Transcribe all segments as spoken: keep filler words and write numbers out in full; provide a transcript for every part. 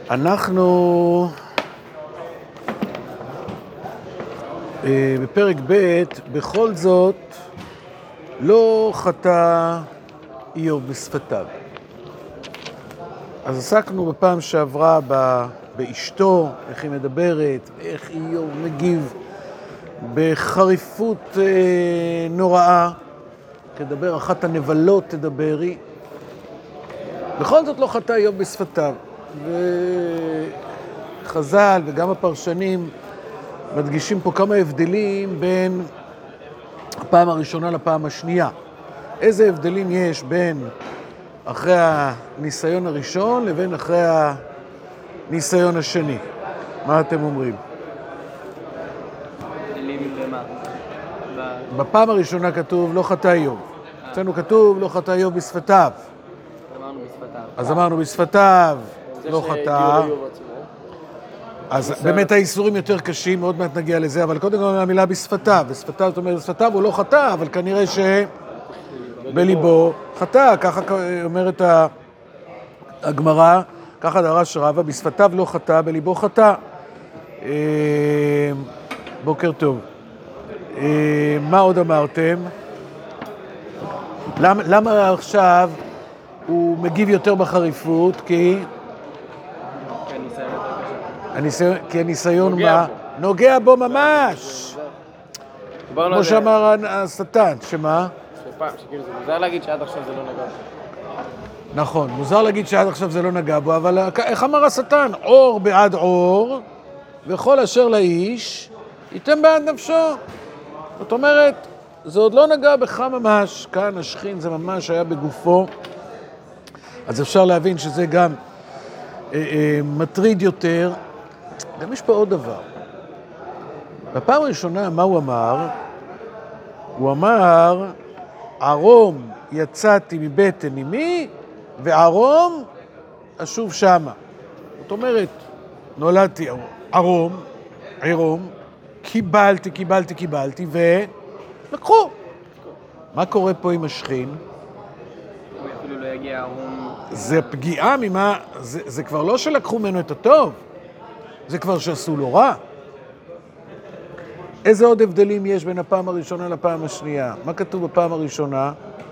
אנחנו בפרק ב' בכל זאת לא חטא איוב בשפתיו. אז עסקנו בפעם שעברה באשתו, איך היא מדברת, איך איוב מגיב בחריפות נוראה, כדבר אחת הנבלות תדברי. בכל זאת לא חטא איוב בשפתיו. וחז"ל וגם הפרשנים מדגישים פה כמה הבדלים בין הפעם הראשונה לפעם השנייה. איזה הבדלים יש בין אחרי הניסיון הראשון לבין אחרי הניסיון השני? מה אתם אומרים? הבדלים במה? בפעם הראשונה כתוב לא חטא איוב. אצלנו כתוב לא חטא איוב בשפתיו. אמרנו בשפתיו. אז אמרנו בשפתיו לא חטא. אז באמת האיסורים יותר קשים, מאוד מעט נגיע לזה, אבל קודם כל המילה בשפתיו. בשפתיו, זאת אומרת, בשפתיו הוא לא חטא, אבל כנראה שבליבו חטא. ככה אומרת הגמרא, ככה דרש רבא, בשפתיו לא חטא, בליבו חטא. בוקר טוב. מה עוד אמרתם? למה, למה עכשיו הוא מגיב יותר בחריפות? כי... הניסיון, כי הניסיון מה? נוגע בו ממש. כמו שאמר השטן, שמה? שכאילו זה מוזר להגיד שעד עכשיו זה לא נגע בו. נכון, מוזר להגיד שעד עכשיו זה לא נגע בו, אבל איך אמר השטן? אור בעד אור, וכל אשר לאיש ייתן בעד נפשו. זאת אומרת, זה עוד לא נגע בך ממש, כאן השכין זה ממש היה בגופו, אז אפשר להבין שזה גם אה, אה, מטריד יותר. גם יש פה עוד דבר. בפעם הראשונה, מה הוא אמר? הוא אמר, ערום יצאתי מבטן אמי, וערום אשוב שמה. זאת אומרת, נולדתי ערום, עירום, קיבלתי, קיבלתי, קיבלתי, ולקחו. מה קורה פה עם השכין? הוא אפילו לא יגיע ערום. זה פגיעה ממה, זה, זה כבר לא שלקחו ממנו את הטוב. זה כבר שעשו לו רע. איזה עוד הבדלים יש בין הפעם הראשונה לפעם השנייה? מה כתוב בפעם הראשונה?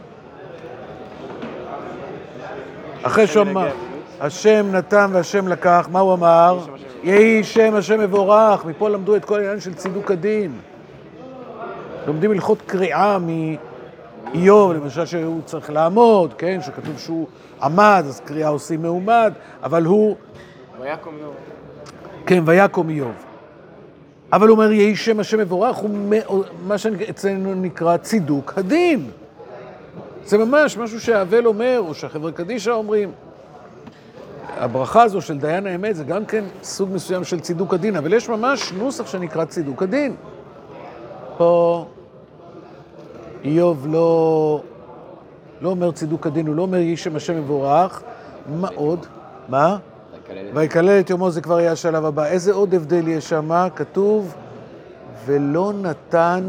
אחרי שהוא אמר, השם נתן והשם לקח, מה הוא אמר? יהי שם השם מבורך. מפה למדו את כל העניין של צידוק הדין. לומדים הלכות קריאה מאיוב, למשל שהוא צריך לעמוד, כן? שכתוב שהוא עמד, אז קריאה עושים מעומד, אבל הוא... ויקום איוב. כן, ויקום איוב. אבל הוא אומר, יהי שם השם מבורך, הוא מה שאצלנו נקרא צידוק הדין. זה ממש משהו שהאבל אומר, או שהחברה קדישא אומרים. הברכה הזו של דיין האמת זה גם כן סוג מסוים של צידוק הדין, אבל יש ממש נוסח שנקרא צידוק הדין. פה איוב לא, לא אומר צידוק הדין, הוא לא אומר יהי שם השם מבורך. מה עוד? מה? ויקלל את יומו, זה כבר יהיה השלב הבא. איזה עוד הבדל יש שם? כתוב, ולא נתן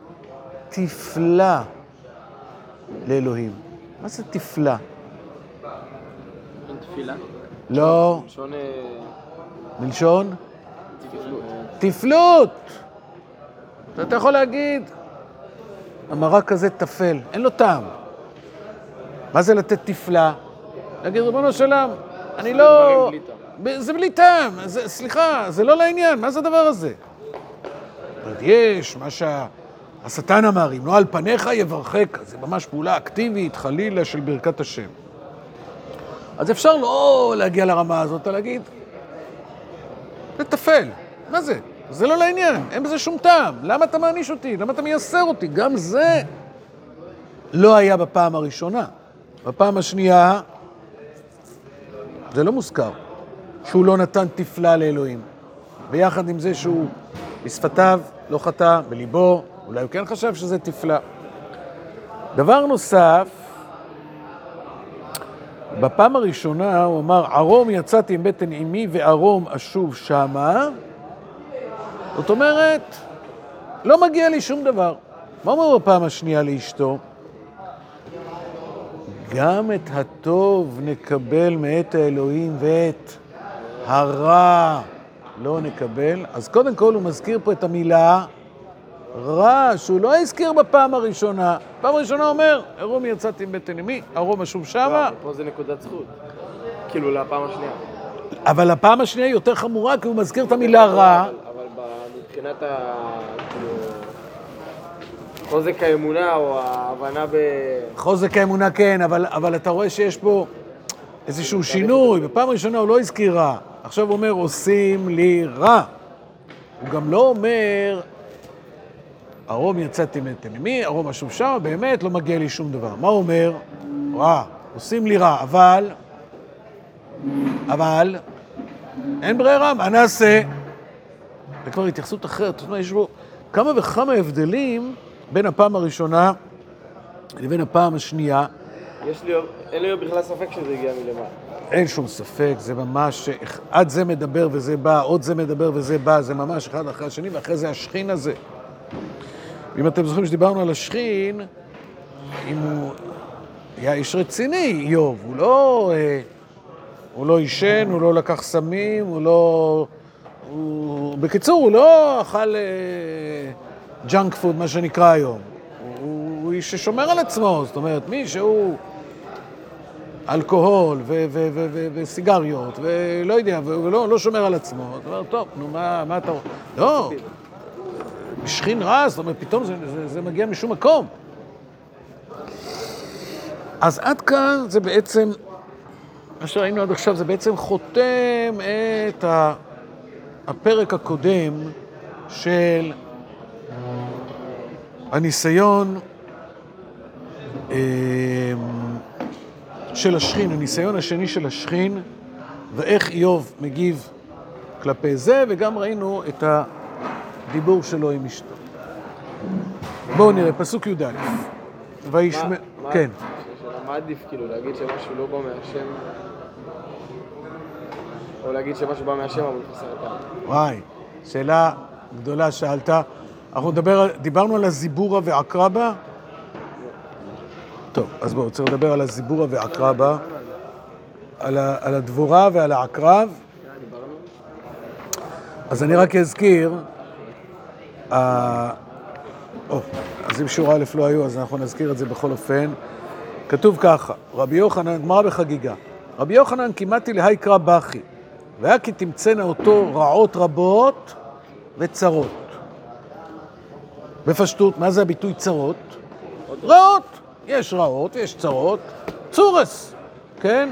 תפלה לאלוהים. מה זה תפלה? אין תפילה? לא. מלשון... מלשון? תפלות. תפלות! אתה יכול להגיד, המרק כזה תפל, אין לו טעם. מה זה לתת תפלה? להגיד, ריבונו של עולם, אני לא... זה בלי טעם, סליחה, זה לא לעניין, מה זה הדבר הזה? יש מה שהשטן אמר, אם לא על פניך יברכך, זה ממש פעולה אקטיבית, חלילה של ברכת השם. אז אפשר לא להגיע לרמה הזאת, להגיד, זה תפל, מה זה? זה לא לעניין, אין בזה שום טעם, למה אתה מעניש אותי? למה אתה מייסר אותי? גם זה לא היה בפעם הראשונה. בפעם השנייה, זה לא מוזכר, שהוא לא נתן תפלה לאלוהים. ביחד עם זה שהוא בשפתיו לא חטא, בליבו, אולי הוא כן חשב שזה תפלה. דבר נוסף, בפעם הראשונה הוא אמר, ערום יצאתי עם בטן אמי וערום אשוב שמה. זאת אומרת, לא מגיע לי שום דבר. מה אומר בפעם השנייה לאשתו? גם את הטוב נקבל מאת האלוהים ואת הרע לא נקבל. אז קודם כל הוא מזכיר פה את המילה רע, שהוא לא הזכיר בפעם הראשונה. פעם הראשונה אומר, ארום יצאתי מבטן אמי, ארום אשוב שמה. פה זה נקודת זכות. כאילו, לפעם השנייה. אבל הפעם השנייה היא יותר חמורה, כי הוא מזכיר את המילה רע. אבל מבחינת ה... כאילו... חוזק האמונה או ההבנה ב... חוזק האמונה כן, אבל, אבל אתה רואה שיש פה איזשהו שינוי. בפעם הראשונה הוא לא הזכיר רע. עכשיו הוא אומר, עושים לי רע. הוא גם לא אומר, ארום יצאתי מבטן אמי, ארום אשוב שמה, באמת לא מגיע לי שום דבר. מה הוא אומר? רע, עושים לי רע, אבל, אבל, אין ברירה, מה נעשה? זה כבר התייחסות אחרת. זאת אומרת, יש בו כמה וכמה הבדלים בין הפעם הראשונה לבין הפעם השנייה. יש לי, אין לי בכלל ספק שזה הגיע מלמעלה. אין שום ספק, זה ממש, עד זה מדבר וזה בא, עוד זה מדבר וזה בא, זה ממש אחד אחרי השני, ואחרי זה השכין הזה. אם אתם זוכרים שדיברנו על השכין, אם הוא היה איש רציני, איוב, הוא לא, הוא לא ישן, הוא לא לקח סמים, הוא לא... הוא, בקיצור, הוא לא אכל ג'אנק פוד, מה שנקרא היום. הוא, הוא איש ששומר על עצמו, זאת אומרת, מי שהוא אלכוהול ו- ו- ו- ו- וסיגריות, ולא יודע, ולא לא שומר על עצמו. זאת אומרת, טוב, נו, מה, מה אתה... לא, שכין רע, זאת אומרת, פתאום זה, זה, זה מגיע משום מקום. אז עד כאן זה בעצם, מה שראינו עד עכשיו, זה בעצם חותם את ה... הפרק הקודם של הניסיון של השכין, הניסיון השני של השכין, ואיך איוב מגיב כלפי זה, וגם ראינו את הדיבור שלו עם אשתו. בואו נראה, פסוק י"א. וישמע... כן. מה עדיף, כאילו, להגיד שמשהו לא בא מהשם, או להגיד שמשהו בא מהשם, אבל חסר טעם? וואי, שאלה גדולה שאלת. אנחנו נדבר, דיברנו על הזיבורה ועקרבה? טוב, אז בואו, צריך לדבר על הזיבורה ועקרבה, על, ה, על הדבורה ועל העקרב. אז אני רק אזכיר, אה, או, אז אם שיעור א' לא היו, אז אנחנו נזכיר את זה בכל אופן. כתוב ככה, רבי יוחנן, גמרא בחגיגה, רבי יוחנן כימתי להי קרא בכי, והיה כי תמצאנה אותו רעות רבות וצרות. בפשטות, מה זה הביטוי צרות? רעות. יש רעות ויש צרות. צורס, כן?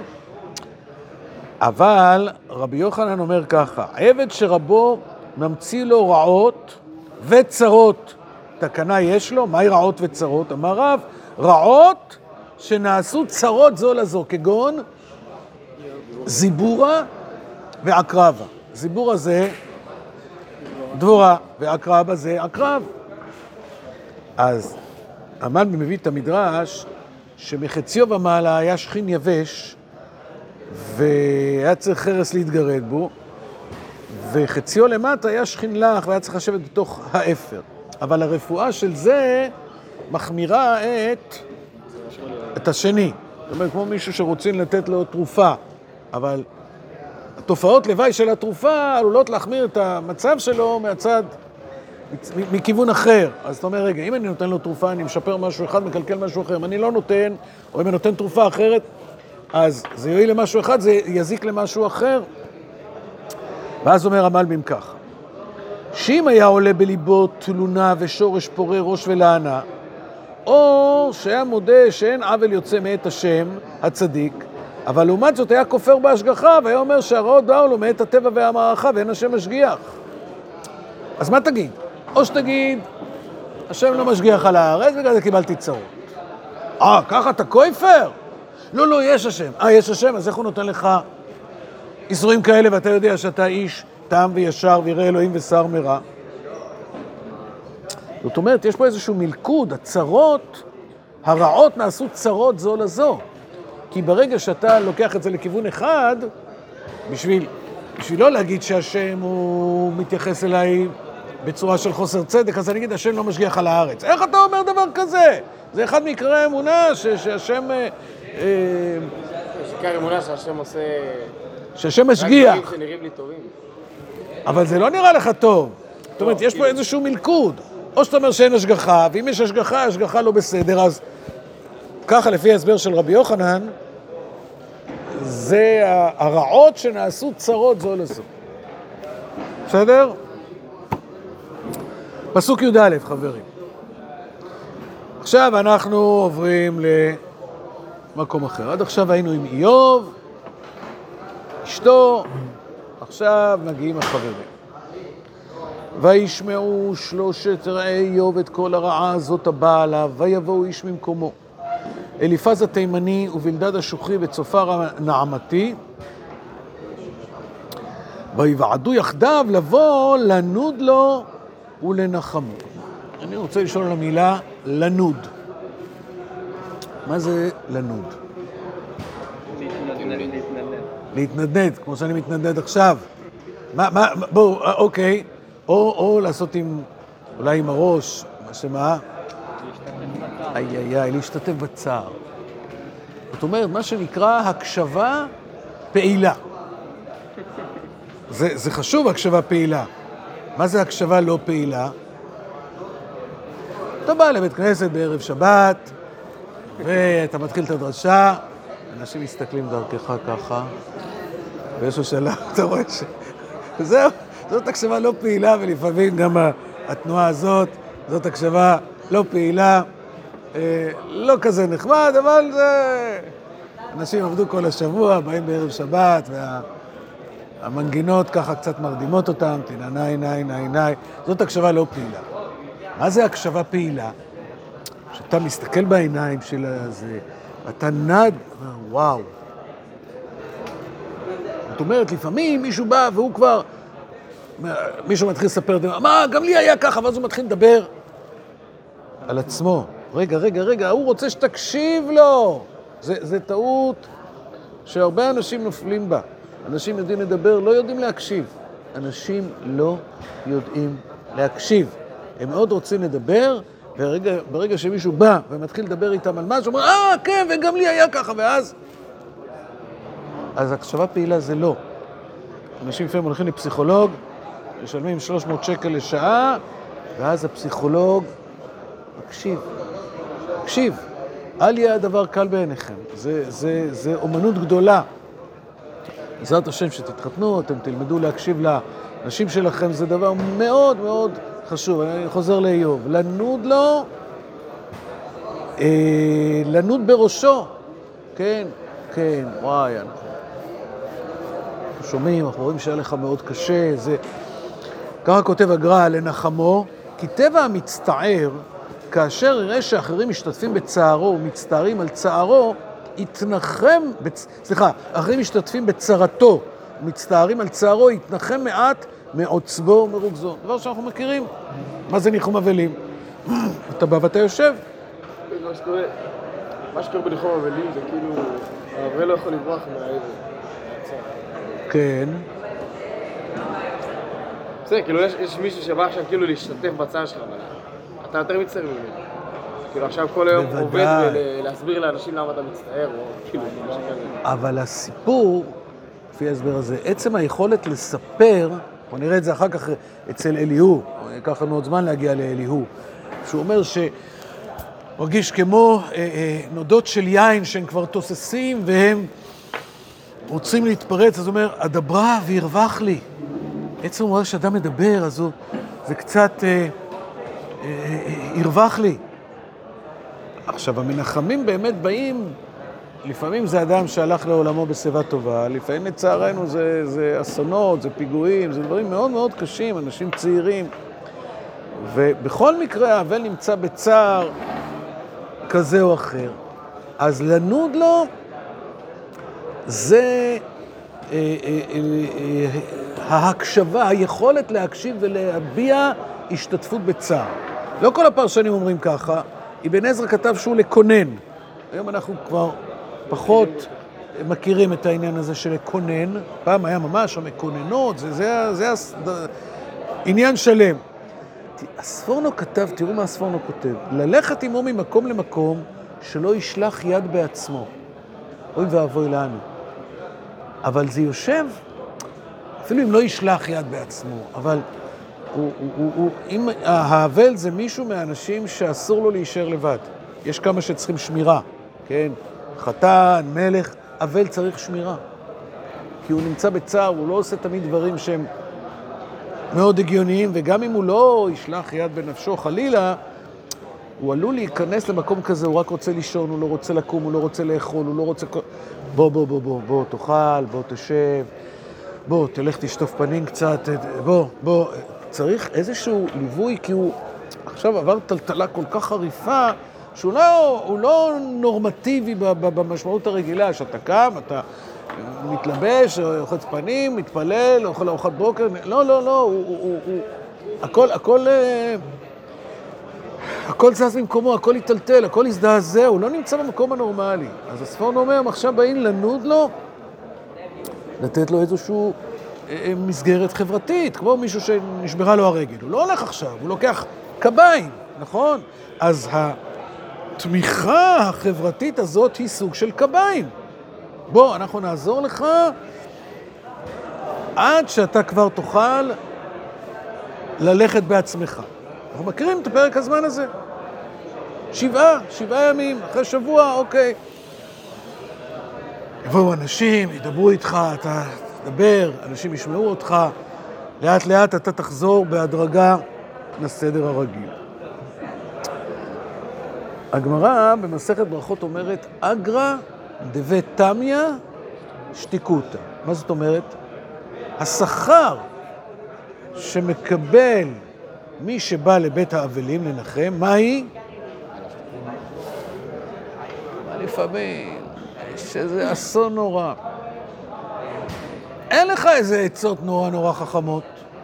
אבל רבי יוחנן אומר ככה, עבד שרבו ממציא לו רעות וצרות. תקנה יש לו, מהי רעות וצרות? אמר רב, רעות שנעשו צרות זו לזו, כגון זיבורה ועקרבה. זיבורה זה דבורה, ועקרבה זה עקרב. אז המן מביא את המדרש שמחציו ומעלה היה שכין יבש, והיה צריך חרס להתגרד בו, וחציו למטה היה שכין לח, והיה צריך לשבת בתוך האפר. אבל הרפואה של זה מחמירה את, את השני. זאת אומרת, כמו מישהו שרוצים לתת לו תרופה, אבל התופעות לוואי של התרופה עלולות להחמיר את המצב שלו מהצד, מכיוון אחר. אז זאת אומרת, רגע, אם אני נותן לו תרופה, אני משפר משהו אחד, מקלקל משהו אחר. אם אני לא נותן, או אם אני נותן תרופה אחרת, אז זה יועיל למשהו אחד, זה יזיק למשהו אחר. ואז אומר המלבים כך, שאם היה עולה בליבו תלונה ושורש פורה ראש ולענה, או שהיה מודה שאין עוול יוצא מאת השם הצדיק, אבל לעומת זאת היה כופר בהשגחה, והיה אומר שהרעות באו לו מאת הטבע והמערכה, ואין השם משגיח. אז מה תגיד? או שתגיד, השם לא משגיח על הארץ, בגלל זה קיבלתי צרות. אה, ככה אתה כופר? לא, לא, יש השם. אה, יש השם, אז איך הוא נותן לך איסורים כאלה, ואתה יודע שאתה איש טעם וישר, וירא אלוהים ושר מרע? זאת אומרת, יש פה איזשהו מלכוד, הצרות, הרעות נעשו צרות זו לזו. כי ברגע שאתה לוקח את זה לכיוון אחד, בשביל, בשביל לא להגיד שהשם הוא מתייחס אליי בצורה של חוסר צדק, אז אני אגיד, השם לא משגיח על הארץ. איך אתה אומר דבר כזה? זה אחד מעיקרי האמונה, ש- שהשם... אה, יש עיקר אמונה שהשם עושה... שהשם משגיח. רק דברים שנראים לי טובים. אבל זה לא נראה לך טוב. זאת אומרת, יש פה איזשהו מלכוד. או שאתה אומר שאין השגחה, ואם יש השגחה, השגחה לא בסדר, אז ככה לפי ההסבר של רבי יוחנן, זה הרעות שנעשו צרות זו לזו. בסדר? פסוק י"א, חברים. עכשיו אנחנו עוברים למקום אחר. עד עכשיו היינו עם איוב, אשתו, עכשיו מגיעים החברים. וישמעו שלושת רעי איוב את כל הרעה הזאת הבאה עליו, ויבואו איש ממקומו. אליפז התימני ובלדד השוחרי וצופר הנעמתי, ויוועדו יחדיו לבוא לנוד לו ולנחמו. אני רוצה לשאול על המילה לנוד. מה זה לנוד? להתנדנד. להתנדנד, כמו שאני מתנדנד עכשיו. מה, מה, בואו, אוקיי. או, או לעשות עם, אולי עם הראש, מה שמה? איי, איי, איי, להשתתף בצער. זאת אומרת, מה שנקרא הקשבה פעילה. זה, זה חשוב, הקשבה פעילה. מה זה הקשבה לא פעילה? אתה בא לבית כנסת בערב שבת, ואתה מתחיל את הדרשה, אנשים מסתכלים דרכך ככה, באיזשהו שלב אתה רואה ש... זהו, זאת הקשבה לא פעילה, ולפעמים גם התנועה הזאת, זאת הקשבה לא פעילה, לא כזה נחמד, אבל זה... אנשים עבדו כל השבוע, באים בערב שבת, והמנגינות ככה קצת מרדימות אותם, תנעי, נעי, נעי, נעי, זאת הקשבה לא פעילה. מה זה הקשבה פעילה? שאתה מסתכל בעיניים של זה, אתה נד, וואו. זאת אומרת, לפעמים מישהו בא והוא כבר, מישהו מתחיל לספר, מה, גם לי היה ככה, ואז הוא מתחיל לדבר על עצמו. רגע, רגע, רגע, הוא רוצה שתקשיב לו. זה, זה טעות שהרבה אנשים נופלים בה. אנשים יודעים לדבר, לא יודעים להקשיב. אנשים לא יודעים להקשיב. הם מאוד רוצים לדבר, וברגע שמישהו בא ומתחיל לדבר איתם על משהו, אומר, אה, כן, וגם לי היה ככה, ואז... אז הקשבה פעילה זה לא. אנשים לפעמים הולכים לפסיכולוג, משלמים שלוש מאות שקל לשעה, ואז הפסיכולוג מקשיב. מקשיב. אל יהיה הדבר קל בעיניכם. זה, זה, זה אומנות גדולה. בעזרת השם שתתחתנו, אתם תלמדו להקשיב לאנשים שלכם, זה דבר מאוד מאוד חשוב. אני חוזר לאיוב. לנוד לו, אה, לנוד בראשו. כן, כן, וואי, אנחנו שומעים, אנחנו רואים שהיה לך מאוד קשה, זה... ככה כותב הגר"א, לנחמו, כי טבע המצטער, כאשר יראה שאחרים משתתפים בצערו ומצטערים על צערו, יתנחם, בצ... סליחה, אחרים משתתפים בצרתו ומצטערים על צערו, יתנחם מעט מעוצבו ומרוגזו. דבר שאנחנו מכירים. מה זה ניחום אבלים? אתה בא ואתה יושב. מה שקורה, מה שקורה בניחום אבלים זה כאילו, ההורה לא יכול לברוח מהעבר. כן. בסדר, כאילו יש, יש מישהו שבא עכשיו כאילו להשתתף בצער שלך, אבל אתה יותר מצטער ממנו. כאילו עכשיו כל היום עובד ולהסביר לאנשים למה אתה מצטער, או כאילו משהו כזה. אבל הסיפור, לפי ההסבר הזה, עצם היכולת לספר, בוא נראה את זה אחר כך אצל אליהו, ייקח לנו עוד זמן להגיע לאליהו, שהוא אומר שהוא מרגיש כמו אה, אה, נודות של יין שהם כבר תוססים והם רוצים להתפרץ, אז הוא אומר, אדברה וירווח לי. עצם הוא אומר שאדם מדבר, אז הוא, זה קצת אה, אה, אה, ירווח לי. עכשיו, המנחמים באמת באים, לפעמים זה אדם שהלך לעולמו בשיבה טובה, לפעמים לצערנו זה, זה אסונות, זה פיגועים, זה דברים מאוד מאוד קשים, אנשים צעירים. ובכל מקרה, האבל נמצא בצער כזה או אחר. אז לנוד לו, זה אה, אה, אה, ההקשבה, היכולת להקשיב ולהביע השתתפות בצער. לא כל הפרשנים אומרים ככה, אבן עזרא כתב שהוא לקונן. היום אנחנו כבר פחות מכירים את העניין הזה של לקונן. פעם היה ממש המקוננות, זה, זה, זה, זה עניין שלם. הספורנו כתב, תראו מה הספורנו כותב, ללכת עמו ממקום למקום שלא ישלח יד בעצמו. אוי ואבוי לנו. אבל זה יושב, אפילו אם לא ישלח יד בעצמו, אבל הוא, הוא, הוא, הוא, אם האבל זה מישהו מהאנשים שאסור לו להישאר לבד. יש כמה שצריכים שמירה, כן? חתן, מלך, אבל צריך שמירה. כי הוא נמצא בצער, הוא לא עושה תמיד דברים שהם מאוד הגיוניים, וגם אם הוא לא ישלח יד בנפשו חלילה, הוא עלול להיכנס למקום כזה, הוא רק רוצה לישון, הוא לא רוצה לקום, הוא לא רוצה לאכול, הוא לא רוצה... בוא, בוא, בוא, בוא, בוא, תאכל, בוא, תשב, בוא, תלך תשטוף פנים קצת, בוא, בוא. צריך איזשהו ליווי, כי הוא עכשיו עבר טלטלה כל כך חריפה, שהוא לא, הוא לא נורמטיבי במשמעות הרגילה, שאתה קם, אתה מתלבש, אוחץ פנים, מתפלל, אוכל ארוחת בוקר, לא, לא, לא, הוא, הוא, הוא, הוא, הכל, הכל, הכל זז ממקומו, הכל יטלטל, הכל יזדעזע, הוא לא נמצא במקום הנורמלי. אז הספורן אומר, עכשיו באים לנוד לו, לתת לו איזשהו אה, מסגרת חברתית, כמו מישהו שנשברה לו הרגל. הוא לא הולך עכשיו, הוא לוקח קביים, נכון? אז התמיכה החברתית הזאת היא סוג של קביים. בוא, אנחנו נעזור לך עד שאתה כבר תוכל ללכת בעצמך. אנחנו מכירים את הפרק הזמן הזה. שבעה, שבעה ימים, אחרי שבוע, אוקיי. יבואו אנשים, ידברו איתך, אתה תדבר, אנשים ישמעו אותך, לאט לאט אתה תחזור בהדרגה לסדר הרגיל. הגמרא במסכת ברכות אומרת, אגרא דבי תמיא שתיקותא. מה זאת אומרת? השכר שמקבל מי שבא לבית האבלים לנחם, מה היא? לפעמים יש איזה אסון נורא. אין לך איזה עצות נורא נורא חכמות.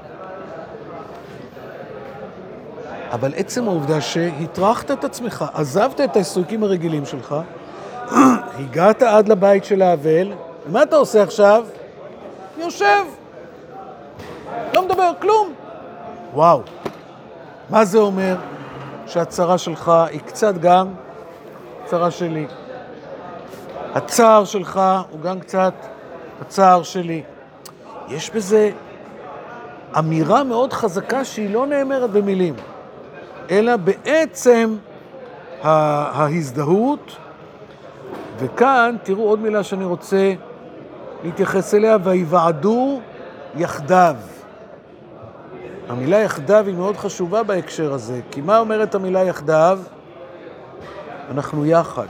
אבל עצם העובדה שהטרחת את עצמך, עזבת את העיסוקים הרגילים שלך, הגעת עד לבית של האבל, ומה אתה עושה עכשיו? יושב. לא מדבר, כלום. וואו. מה זה אומר? שהצרה שלך היא קצת גם צרה שלי. הצער שלך הוא גם קצת הצער שלי. יש בזה אמירה מאוד חזקה שהיא לא נאמרת במילים, אלא בעצם ההזדהות. וכאן תראו עוד מילה שאני רוצה להתייחס אליה, ויוועדו יחדיו. המילה יחדיו היא מאוד חשובה בהקשר הזה, כי מה אומרת המילה יחדיו? אנחנו יחד.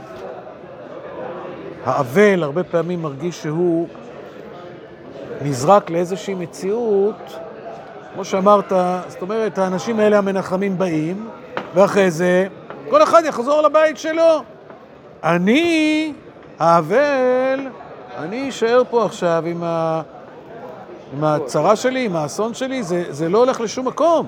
האבל הרבה פעמים מרגיש שהוא נזרק לאיזושהי מציאות, כמו שאמרת, זאת אומרת, האנשים האלה המנחמים באים, ואחרי זה כל אחד יחזור לבית שלו. אני, האבל, אני אשאר פה עכשיו עם, ה... עם הצרה שלי, עם האסון שלי, זה, זה לא הולך לשום מקום.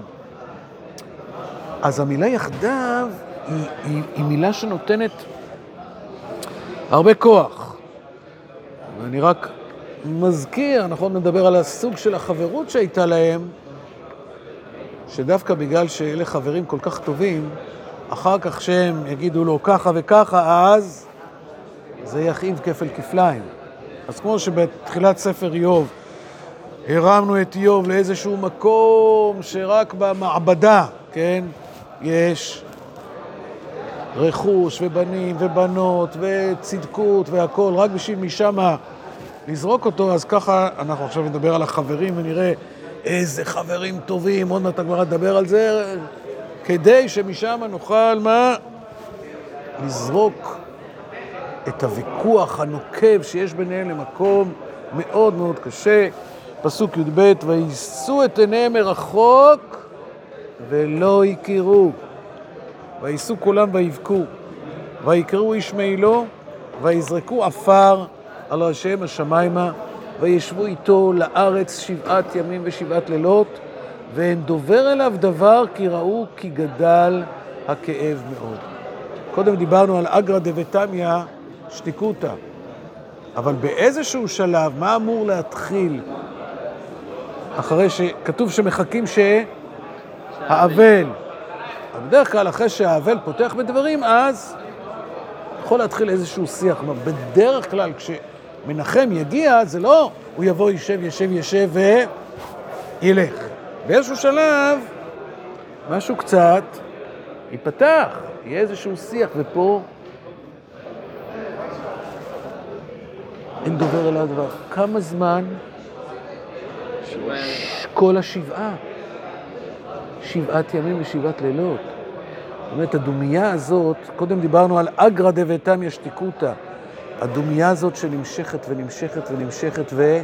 אז המילה יחדיו היא, היא, היא מילה שנותנת הרבה כוח. ואני רק מזכיר, נכון, נדבר על הסוג של החברות שהייתה להם, שדווקא בגלל שאלה חברים כל כך טובים, אחר כך שהם יגידו לו ככה וככה, אז זה יכאיב כפל כפליים. אז כמו שבתחילת ספר איוב, הרמנו את איוב לאיזשהו מקום שרק במעבדה, כן, יש רכוש ובנים ובנות וצדקות והכל, רק בשביל משם לזרוק אותו, אז ככה אנחנו עכשיו נדבר על החברים ונראה איזה חברים טובים, עוד מעט הגמרא תדבר על זה, כדי שמשם נוכל מה? לזרוק את הוויכוח הנוקב שיש ביניהם למקום מאוד מאוד קשה. פסוק י"ב, ויישאו את עיניהם מרחוק ולא יכירו, ויישאו כולם ויבכו, ויקראו איש מעילו, ויזרקו עפר על ראשיהם השמיימה, וישבו איתו לארץ שבעת ימים ושבעת לילות, ואין דובר אליו דבר, כי ראו כי גדל הכאב מאוד. קודם דיברנו על אגרא דבי תמיא שתיקותא, אבל באיזשהו שלב, מה אמור להתחיל? אחרי שכתוב שמחכים שהאבל, בדרך כלל אחרי שהאבל פותח בדברים, אז יכול להתחיל איזשהו שיח. בדרך כלל מנחם יגיע, זה לא, הוא יבוא, יישב, יישב, יישב וילך. באיזשהו שלב, משהו קצת ייפתח, יהיה איזשהו שיח, ופה אין דובר אל הדבר. כמה זמן? כל השבעה. שבעת ימים ושבעת לילות. זאת אומרת, הדומיה הזאת, קודם דיברנו על אגרא דביתם ישתיקותא. הדומיה הזאת שנמשכת ונמשכת ונמשכת ו...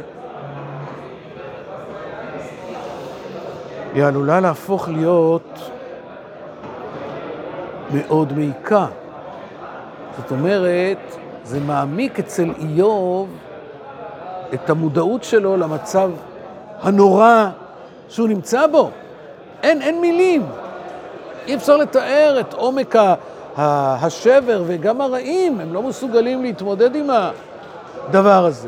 היא עלולה להפוך להיות מאוד מעיקה. זאת אומרת, זה מעמיק אצל איוב את המודעות שלו למצב הנורא שהוא נמצא בו. אין, אין מילים. אי אפשר לתאר את עומק השבר וגם הרעים. הם לא מסוגלים להתמודד עם הדבר הזה.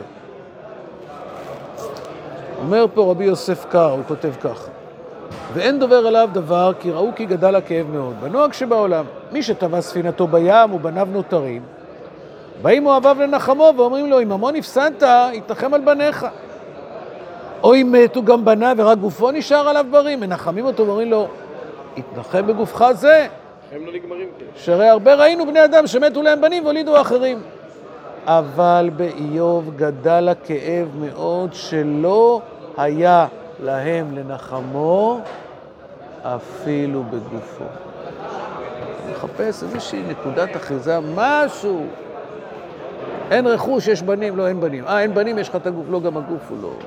אומר פה רבי יוסף קר, הוא כותב כך. ואין דובר עליו דבר, כי ראו כי גדל הכאב מאוד. בנוהג שבעולם, מי שטבע ספינתו בים ובניו נותרים, באים אוהביו לנחמו ואומרים לו, אם ממון הפסדת, יתנחם על בניך. או אם מתו גם בניו ורק גופו נשאר עליו ברים, מנחמים אותו ואומרים לו, יתנחם בגופך זה. הם לא נגמרים כאלה. שהרי הרבה ראינו בני אדם שמתו להם בנים והולידו אחרים. אבל באיוב גדל הכאב מאוד שלא היה להם לנחמו אפילו בגופו. מחפש איזושהי נקודת אחיזה, משהו. אין רכוש, יש בנים, לא אין בנים. אה, אין בנים, יש לך את הגוף, לא, גם הגוף הוא לא.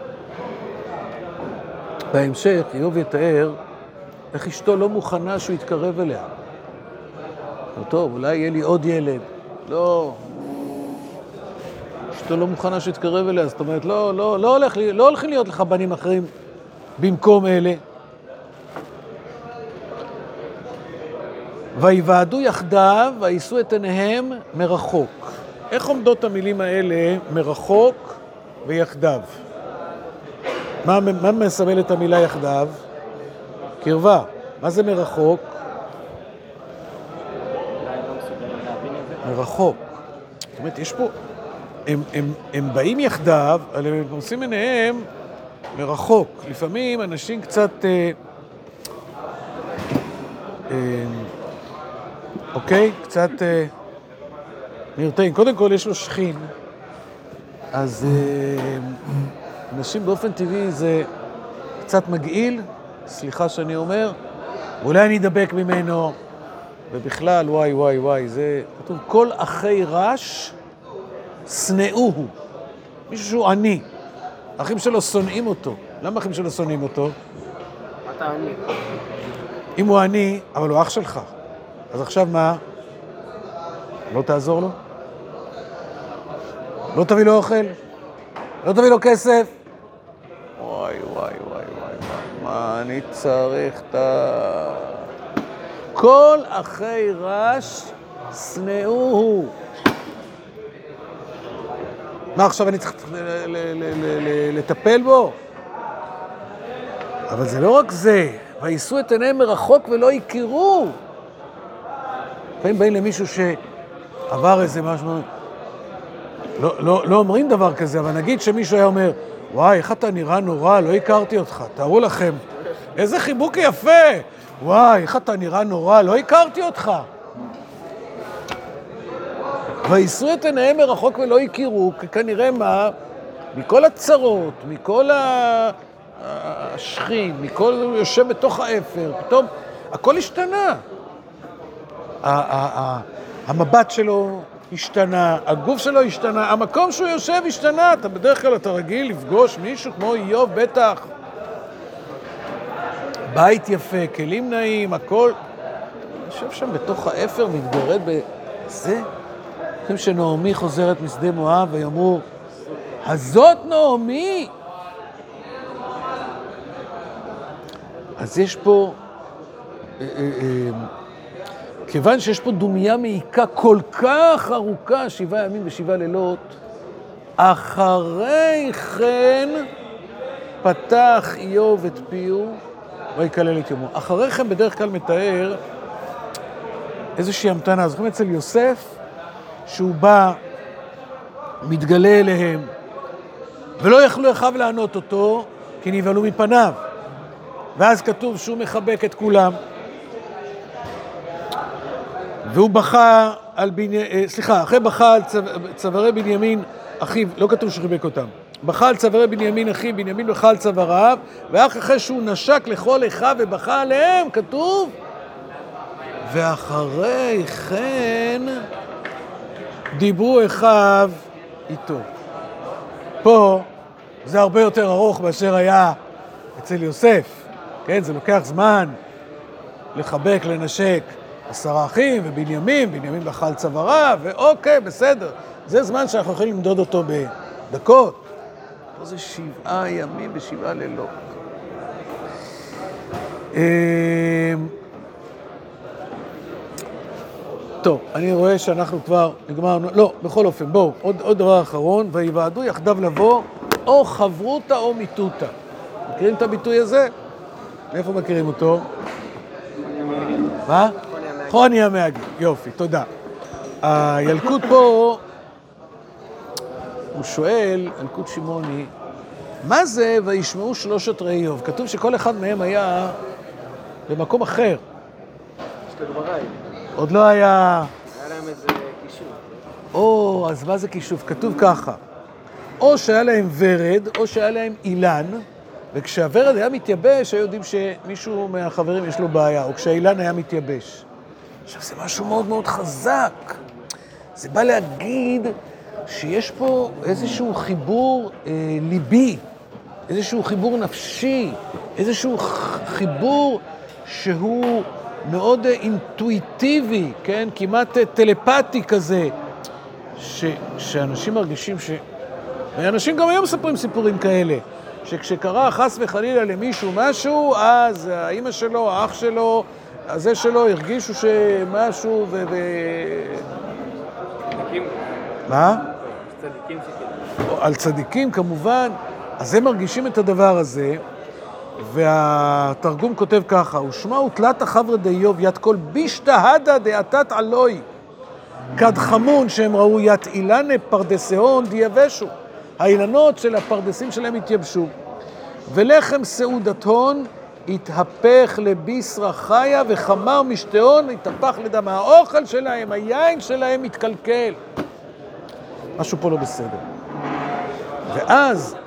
בהמשך, איוב יתאר איך אשתו לא מוכנה שהוא יתקרב אליה. טוב, אולי יהיה לי עוד ילד. לא. אשתו לא מוכנה שהוא יתקרב אליה, זאת אומרת, לא, לא, לא, הולך, לא הולכים להיות לך בנים אחרים במקום אלה. ויוועדו יחדיו, וישאו את עיניהם מרחוק. איך עומדות המילים האלה מרחוק ויחדיו? מה, מה מסמל את המילה יחדיו? קרבה. מה זה מרחוק? מרחוק. זאת אומרת, יש פה... הם, הם, הם באים יחדיו, אבל הם עושים עיניהם מרחוק. לפעמים אנשים קצת... אה, אה, אוקיי? קצת... אה, נרתעים. קודם כל יש לו שכין, אז אה, אנשים באופן טבעי זה קצת מגעיל, סליחה שאני אומר, אולי אני אדבק ממנו, ובכלל, וואי, וואי, וואי, זה... כתוב, כל אחי רש שנאוהו. מישהו שהוא עני. האחים שלו שונאים אותו. למה האחים שלו שונאים אותו? אתה עני. אם הוא עני, אבל הוא אח שלך. אז עכשיו מה? לא תעזור לו? לא תביא לו אוכל? לא תביא לו כסף? וואי, וואי, וואי, וואי, מה אני צריך את ה... כל אחי רש שנאוהו. מה עכשיו אני צריך לטפל בו? אבל זה לא רק זה. וישאו את עיניהם מרחוק ולא יכירו. לפעמים באים למישהו שעבר איזה משהו... לא, לא, לא אומרים דבר כזה, אבל נגיד שמישהו היה אומר, וואי, איך אתה נראה נורא, לא הכרתי אותך. תארו לכם, איזה חיבוק יפה. וואי, איך אתה נראה נורא, לא הכרתי אותך. וישאו את עיניהם מרחוק ולא יכירו, כי כנראה מה? מכל הצרות, מכל השכין, מכל יושב בתוך האפר, פתאום הכל השתנה. המבט שלו השתנה, הגוף שלו השתנה, המקום שהוא יושב השתנה. אתה בדרך כלל אתה רגיל לפגוש מישהו כמו איוב, בטח. בית יפה, כלים נעים, הכל. יושב שם בתוך האפר, מתגרד בזה. חושבים שנעמי חוזרת משדה מואב ויאמרו, הזאת נעמי. אז יש פה, כיוון שיש פה דומיה מעיקה כל כך ארוכה, שבעה ימים ושבעה לילות, אחרי כן פתח איוב את פיהו ויקלל את יומו. אחרי כן בדרך כלל מתאר איזושהי המתנה. זוכרים אצל יוסף, שהוא בא, מתגלה אליהם, ולא יכלו אחיו לענות אותו, כי נבהלו מפניו. ואז כתוב שהוא מחבק את כולם, והוא בכה על בנימין, סליחה, אחרי בכה על צווארי בנימין אחיו, לא כתוב שחיבק אותם, בכה על צווארי בנימין אחיו, בנימין בכה על צוואריו, ואח אחרי שהוא נשק לכל אחיו ובכה עליהם, כתוב, ואחרי כן דיברו אחיו איתו. פה זה הרבה יותר ארוך מאשר היה אצל יוסף, כן? זה לוקח זמן לחבק, לנשק עשרה אחים ובנימין, בנימין בכה על צוואריו, ואוקיי, בסדר. זה זמן שאנחנו יכולים למדוד אותו בדקות. פה זה שבעה ימים ושבעה לילות. טוב, אני רואה שאנחנו כבר נגמרנו, לא, בכל אופן, בואו, עוד, עוד דבר אחרון, ויוועדו יחדיו לבוא, או חברותה או מיתותה. מכירים את הביטוי הזה? מאיפה מכירים אותו? מה? חוני המהגר, יופי, תודה. הילקוט פה, הוא שואל, ילקוט שמעוני, מה זה וישמעו שלושת ראי איוב? כתוב שכל אחד מהם היה במקום אחר. יש לגברי. עוד לא היה... היה להם איזה קישוב. או, אז מה זה קישוב? כתוב ככה. או שהיה להם ורד, או שהיה להם אילן, וכשהוורד היה מתייבש, היו יודעים שמישהו מהחברים יש לו בעיה, או כשהאילן היה מתייבש. עכשיו, זה משהו מאוד מאוד חזק. זה בא להגיד שיש פה איזשהו חיבור אה, ליבי, איזשהו חיבור נפשי, איזשהו חיבור שהוא מאוד אינטואיטיבי, כן? כמעט טלפתי כזה, ש, שאנשים מרגישים ש... ואנשים גם היום מספרים סיפורים כאלה, שכשקרה חס וחלילה למישהו משהו, אז האמא שלו, האח שלו, הזה שלו, הרגישו שמשהו ו... ו... צדיקים? מה? צדיקים שכאלה. על צדיקים כמובן, אז הם מרגישים את הדבר הזה, והתרגום כותב ככה, ושמעו תלת החבר'ה דיוב יד כל בישתהדה דעתת עלוי, כד חמון שהם ראו ית אילנה פרדסהון דיבשו, האילנות של הפרדסים שלהם התייבשו, ולחם סעודתהון התהפך לבישרה חיה, וחמר משתהון התהפך לדם. האוכל שלהם, היין שלהם מתקלקל. משהו פה לא בסדר. ואז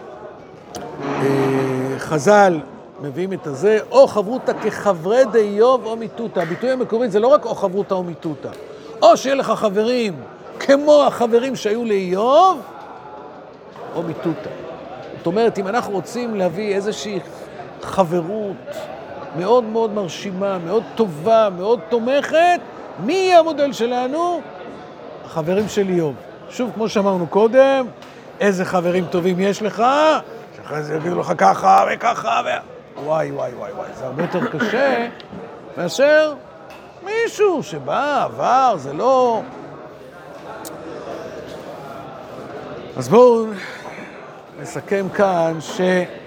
חז"ל מביאים את הזה, או חברותה כחברי דיוב או מיתותה. הביטוי המקורי זה לא רק או חברותה או מיתותה. או שיהיה לך חברים כמו החברים שהיו לאיוב, או מיתותה. זאת אומרת, אם אנחנו רוצים להביא איזושהי חברות מאוד מאוד מרשימה, מאוד טובה, מאוד תומכת, מי יהיה המודל שלנו? החברים של איוב. שוב, כמו שאמרנו קודם, איזה חברים טובים יש לך, שאחרי זה יגידו לך ככה וככה ו... וואי, וואי, וואי, וואי, זה הרבה יותר קשה מאשר מישהו שבא, עבר, זה לא... אז בואו נסכם כאן ש...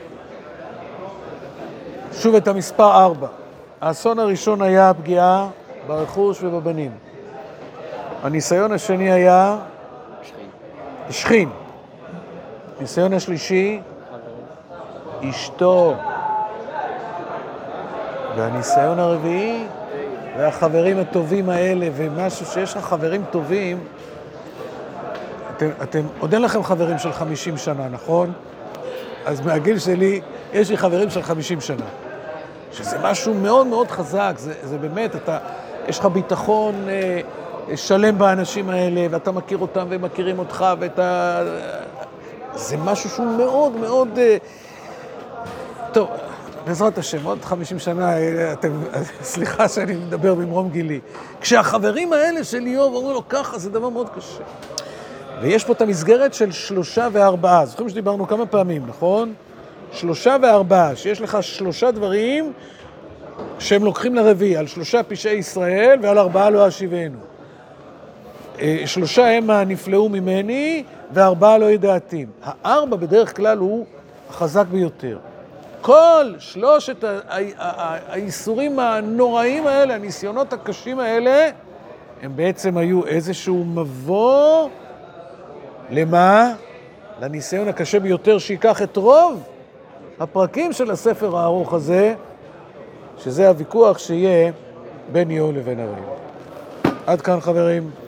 שוב את המספר ארבע. האסון הראשון היה הפגיעה ברכוש ובבנים. הניסיון השני היה... שכין. שכין. הניסיון השלישי, אשתו. והניסיון הרביעי, והחברים הטובים האלה, ומשהו שיש לך חברים טובים, אתם, אתם, עוד אין לכם חברים של חמישים שנה, נכון? אז מהגיל שלי, יש לי חברים של חמישים שנה. שזה משהו מאוד מאוד חזק, זה, זה באמת, אתה, יש לך ביטחון אה, שלם באנשים האלה, ואתה מכיר אותם והם מכירים אותך, ואתה... זה משהו שהוא מאוד מאוד... אה, טוב, בעזרת השם, עוד חמישים שנה, אתם, סליחה שאני מדבר במרום גילי. כשהחברים האלה של איוב אמרו לו ככה, זה דבר מאוד קשה. ויש פה את המסגרת של שלושה וארבעה. זוכרים שדיברנו כמה פעמים, נכון? שלושה וארבעה, שיש לך שלושה דברים שהם לוקחים לרביעי, על שלושה פשעי ישראל ועל ארבעה לא אשיבנו. שלושה הם הנפלאו ממני וארבעה לא ידעתים. הארבע בדרך כלל הוא החזק ביותר. כל שלושת האיסורים הנוראים האלה, הניסיונות הקשים האלה, הם בעצם היו איזשהו מבוא למה? לניסיון הקשה ביותר שיקח את רוב הפרקים של הספר הארוך הזה, שזה הוויכוח שיהיה בין יהוא לבין אריהו. עד כאן חברים.